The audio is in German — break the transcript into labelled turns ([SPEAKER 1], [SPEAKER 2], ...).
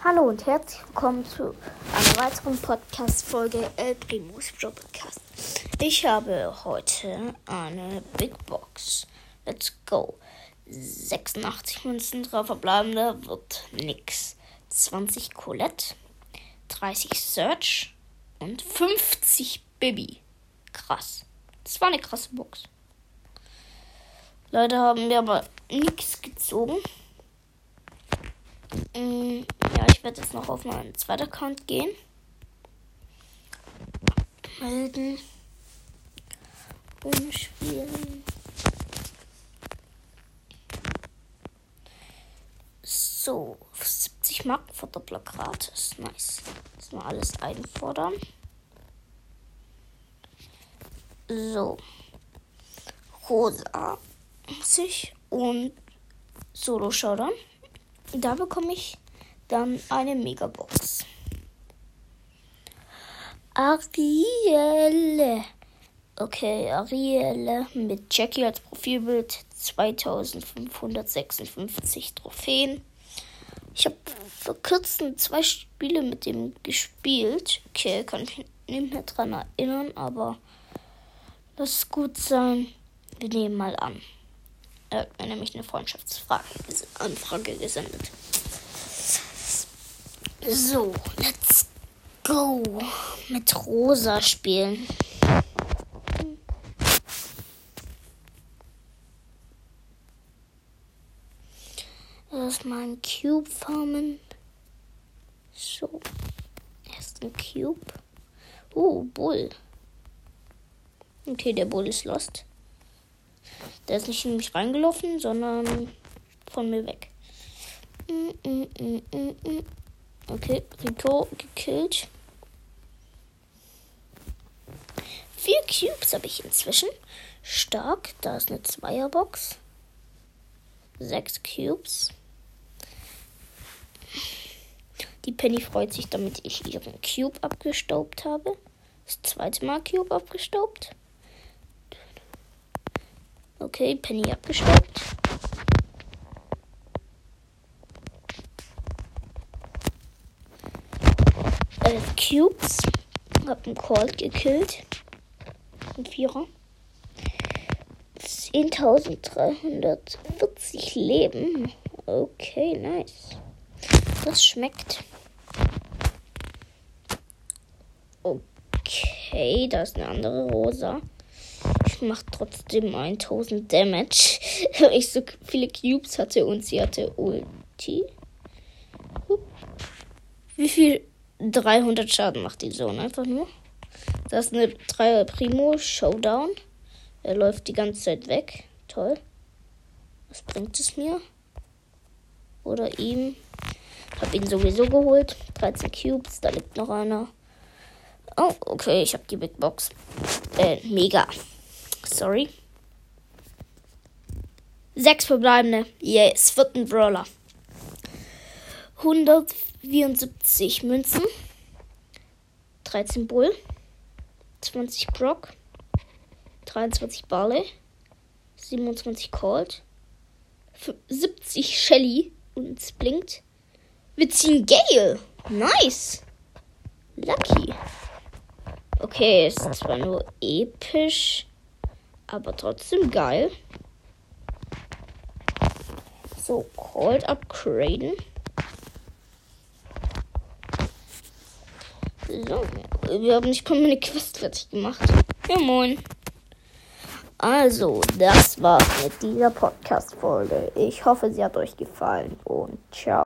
[SPEAKER 1] Hallo und herzlich willkommen zu einer weiteren Podcast-Folge El Primos Podcast. Ich habe heute eine Big Box. Let's go. 86 Münzen, 3 verbleibende, wird nix. 20 Colette, 30 Search und 50 Bibi. Krass. Das war eine krasse Box. Leider haben wir aber nichts gezogen. Ja, ich werde jetzt noch auf meinen zweiten Account gehen. Melden. Umspielen. So, 70 Marken Verdoppler gratis. Nice. Das mal alles einfordern. So. Rosa. Und Solo Showdown. Da bekomme ich dann eine Megabox. Arielle. Okay, Arielle mit Jackie als Profilbild. 2556 Trophäen. Ich habe vor kurzem 2 Spiele mit dem gespielt. Okay, kann ich nicht mehr dran erinnern, aber lass gut sein. Wir nehmen mal an. Er hat mir nämlich eine Freundschaftsanfrage gesendet. So, let's go. Mit Rosa spielen. Erstmal ein Cube farmen. So, erst ein Cube. Bull. Okay, der Bull ist lost. Der ist nicht in mich reingelaufen, sondern von mir weg. Okay, Rico gekillt. 4 Cubes habe ich inzwischen. Stark, da ist eine Zweierbox. 6 Cubes. Die Penny freut sich, damit ich ihren Cube abgestaubt habe. Das zweite Mal Cube abgestaubt. Okay, Penny abgestaubt. Cubes. Hab einen Colt gekillt. Ein 4er. 10.340 Leben. Okay, nice. Das schmeckt. Okay, da ist eine andere Rosa. Ich mache trotzdem 1000 Damage, weil ich so viele Cubes hatte und sie hatte Ulti. Wie viel? 300 Schaden macht die Zone einfach nur. Das ist eine 3er Primo Showdown. Er läuft die ganze Zeit weg. Toll. Was bringt es mir? Oder ihm? Ich habe ihn sowieso geholt. 13 Cubes, da liegt noch einer. Oh, okay, ich habe die Big Box. Mega. Sorry. 6 verbleibende. Yes, wird ein Brawler. 174 Münzen. 13 Bull. 20 Brock. 23 Barley. 27 Colt. 70 Shelly. Und es blinkt. Wir ziehen Gale. Nice. Lucky. Okay, ist zwar nur episch, aber trotzdem geil. So, Colt upgraden. So, wir haben nicht mal meine Quest fertig gemacht. Ja, moin. Also, das war's mit dieser Podcast-Folge. Ich hoffe, sie hat euch gefallen und ciao.